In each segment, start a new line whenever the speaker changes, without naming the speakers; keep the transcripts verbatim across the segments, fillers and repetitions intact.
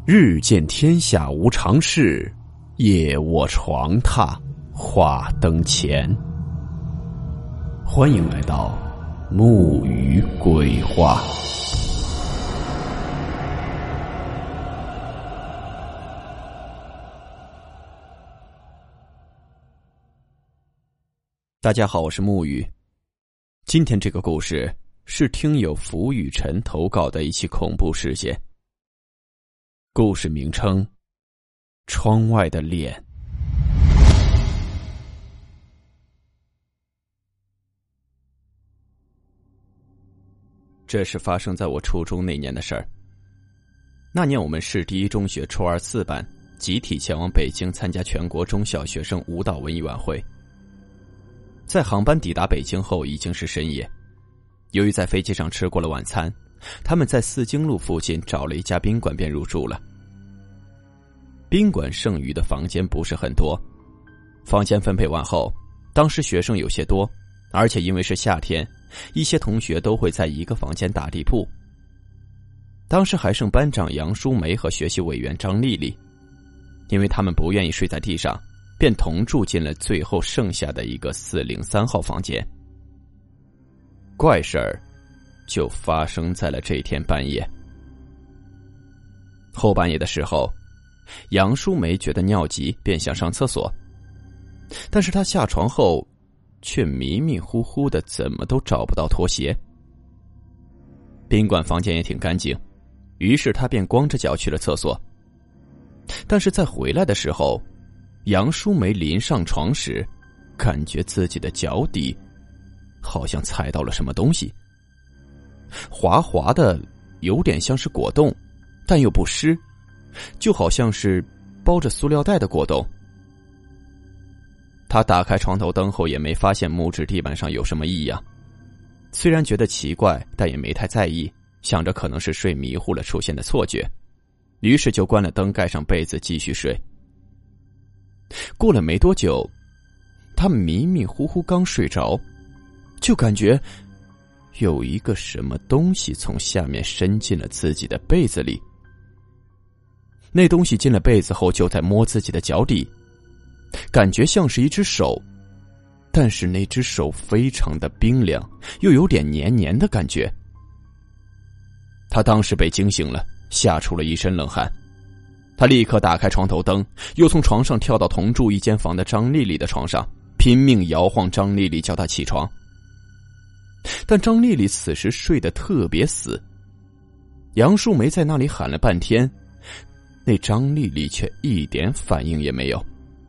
日见天下无常事，夜卧床榻话灯前。欢迎来到木鱼鬼话。大家好，我是木鱼。今天这个故事是听友福雨辰投稿的一起恐怖事件。故事名称：窗外的脸。这是发生在我初中那年的事儿。那年我们市第一中学初二四班集体前往北京参加全国中小学生舞蹈文艺晚会。在航班抵达北京后已经是深夜，由于在飞机上吃过了晚餐，他们在四经路附近找了一家宾馆便入住了。宾馆剩余的房间不是很多，房间分配完后，当时学生有些多，而且因为是夏天，一些同学都会在一个房间打地铺。当时还剩班长杨淑梅和学习委员张丽丽，因为他们不愿意睡在地上，便同住进了最后剩下的一个四零三号房间。怪事儿就发生在了这天半夜。后半夜的时候，杨淑梅觉得尿急，便想上厕所，但是她下床后却迷迷糊糊的，怎么都找不到拖鞋。宾馆房间也挺干净，于是她便光着脚去了厕所。但是在回来的时候，杨淑梅临上床时，感觉自己的脚底好像踩到了什么东西，滑滑的，有点像是果冻，但又不湿，就好像是包着塑料袋的果冻。他打开床头灯后也没发现木质地板上有什么异样，虽然觉得奇怪，但也没太在意，想着可能是睡迷糊了出现的错觉，于是就关了灯，盖上被子继续睡。过了没多久，他迷迷糊糊刚睡着，就感觉有一个什么东西从下面伸进了自己的被子里。那东西进了被子后就在摸自己的脚底，感觉像是一只手，但是那只手非常的冰凉，又有点黏黏的感觉。他当时被惊醒了，吓出了一身冷汗。他立刻打开床头灯，又从床上跳到同住一间房的张丽丽的床上，拼命摇晃张丽丽，叫她起床。但张丽丽此时睡得特别死，杨淑梅在那里喊了半天，那张丽丽却一点反应也没有。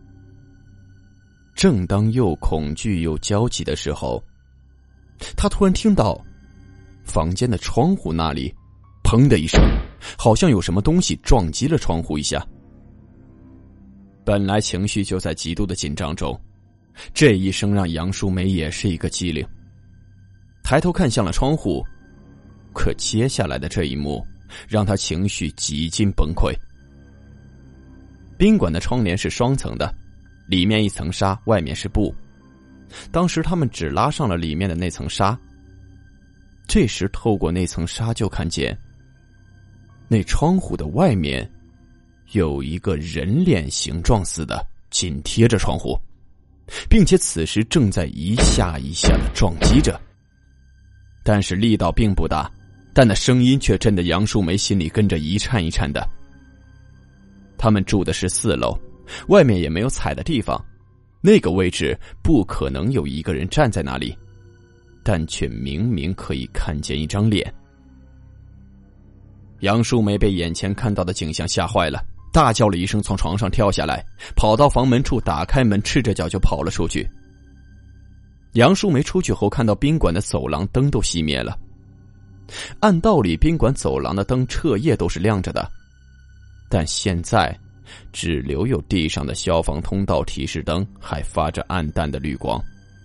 正当又恐惧又焦急的时候，她突然听到房间的窗户那里砰的一声，好像有什么东西撞击了窗户一下。本来情绪就在极度的紧张中，这一声让杨淑梅也是一个机灵，抬头看向了窗户，可接下来的这一幕让她情绪几近崩溃。宾馆的窗帘是双层的，里面一层纱，外面是布。当时他们只拉上了里面的那层纱，这时透过那层纱就看见那窗户的外面有一个人脸形状似的紧贴着窗户，并且此时正在一下一下的撞击着，但是力道并不大，但那声音却震得杨淑梅心里跟着一颤一颤的。他们住的是四楼，外面也没有踩的地方，那个位置不可能有一个人站在那里，但却明明可以看见一张脸。杨淑梅被眼前看到的景象吓坏了，大叫了一声，从床上跳下来，跑到房门处，打开门，赤着脚就跑了出去。杨淑梅出去后看到宾馆的走廊灯都熄灭了，按道理宾馆走廊的灯彻夜都是亮着的，但现在只留有地上的消防通道提示灯还发着暗淡的绿光。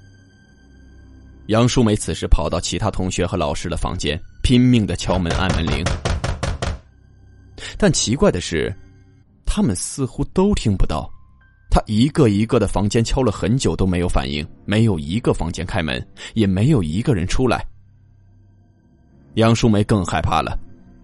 杨淑梅此时跑到其他同学和老师的房间，拼命地敲门按门铃，但奇怪的是，他们似乎都听不到。他一个一个的房间敲了很久都没有反应，没有一个房间开门，也没有一个人出来。杨淑梅更害怕了，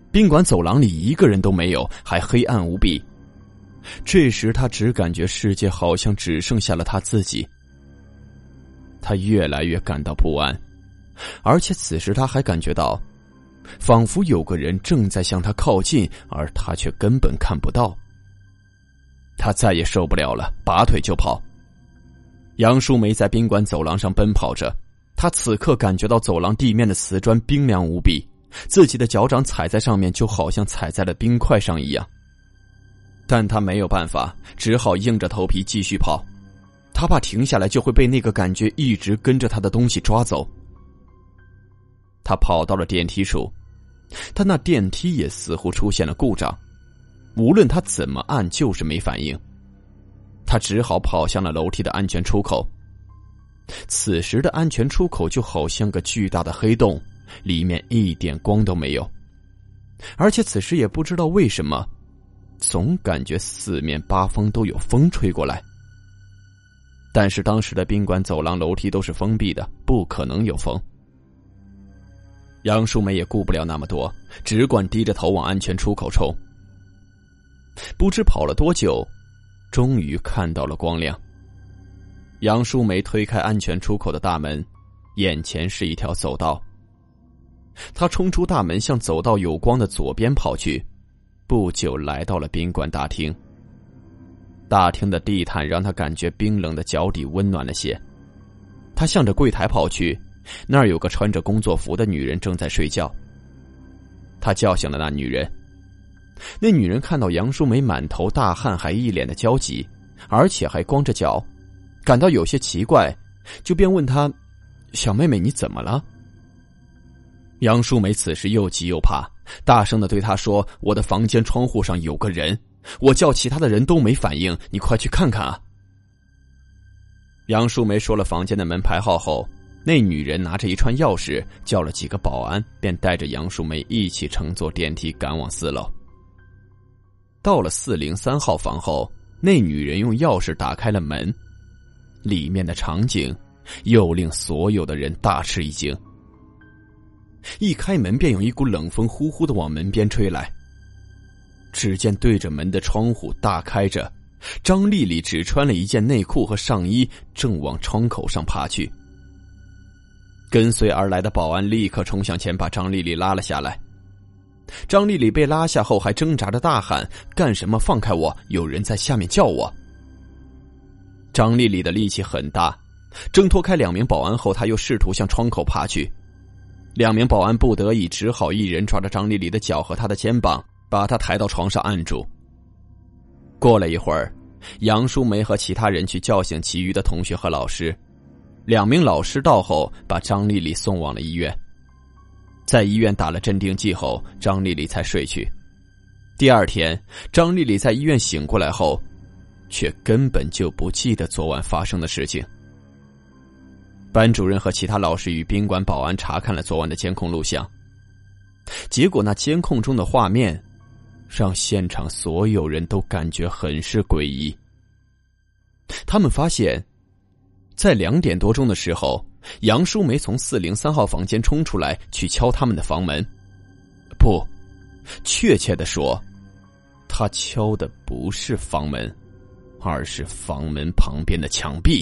宾馆走廊里一个人都没有，还黑暗无比。这时他只感觉世界好像只剩下了他自己。他越来越感到不安，而且此时他还感觉到仿佛有个人正在向他靠近，而他却根本看不到。他再也受不了了，拔腿就跑。杨淑梅在宾馆走廊上奔跑着，她此刻感觉到走廊地面的瓷砖冰凉无比，自己的脚掌踩在上面就好像踩在了冰块上一样。但她没有办法，只好硬着头皮继续跑。她怕停下来就会被那个感觉一直跟着她的东西抓走。她跑到了电梯处，但那电梯也似乎出现了故障，无论她怎么按就是没反应。她只好跑向了楼梯的安全出口。此时的安全出口就好像个巨大的黑洞，里面一点光都没有。而且此时也不知道为什么，总感觉四面八方都有风吹过来。但是当时的宾馆走廊楼梯都是封闭的，不可能有风。杨淑梅也顾不了那么多，只管低着头往安全出口冲。不知跑了多久，终于看到了光亮。杨淑梅推开安全出口的大门，眼前是一条走道。她冲出大门，向走道有光的左边跑去，不久来到了宾馆大厅。大厅的地毯让她感觉冰冷的脚底温暖了些。她向着柜台跑去，那儿有个穿着工作服的女人正在睡觉。她叫醒了那女人。那女人看到杨淑梅满头大汗，还一脸的焦急，而且还光着脚，感到有些奇怪，就便问她：小妹妹，你怎么了？杨淑梅此时又急又怕，大声地对她说：我的房间窗户上有个人，我叫其他的人都没反应，你快去看看啊！杨淑梅说了房间的门牌号后，那女人拿着一串钥匙叫了几个保安，便带着杨淑梅一起乘坐电梯赶往四楼。到了四零三号房后，那女人用钥匙打开了门，里面的场景又令所有的人大吃一惊。一开门便有一股冷风呼呼地往门边吹来，只见对着门的窗户大开着，张丽丽只穿了一件内裤和上衣，正往窗口上爬去。跟随而来的保安立刻冲向前，把张丽丽拉了下来。张丽丽被拉下后还挣扎着大喊：干什么？放开我，有人在下面叫我。张丽丽的力气很大，挣脱开两名保安后，她又试图向窗口爬去。两名保安不得已只好一人抓着张丽丽的脚和她的肩膀，把她抬到床上按住。过了一会儿，杨淑梅和其他人去叫醒其余的同学和老师。两名老师到后，把张丽丽送往了医院。在医院打了镇定剂后，张丽丽才睡去。第二天，张丽丽在医院醒过来后，却根本就不记得昨晚发生的事情。班主任和其他老师与宾馆保安查看了昨晚的监控录像，结果那监控中的画面让现场所有人都感觉很是诡异。他们发现在两点多钟的时候，杨淑梅从四零三号房间冲出来去敲他们的房门。不，确切地说，她敲的不是房门，而是房门旁边的墙壁。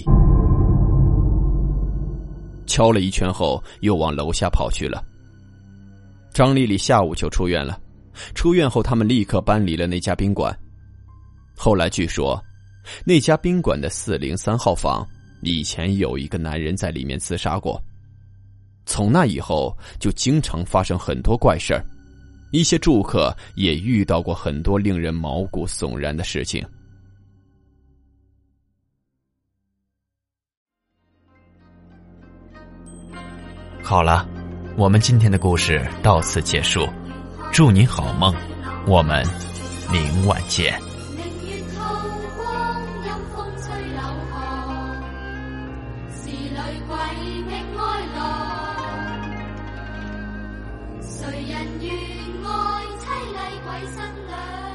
敲了一圈后，又往楼下跑去了。张丽丽下午就出院了，出院后他们立刻搬离了那家宾馆。后来据说，那家宾馆的四零三号房以前有一个男人在里面自杀过，从那以后就经常发生很多怪事儿，一些住客也遇到过很多令人毛骨悚然的事情。
好了，我们今天的故事到此结束，祝您好梦，我们明晚见。
谁人愿爱凄厉鬼新娘？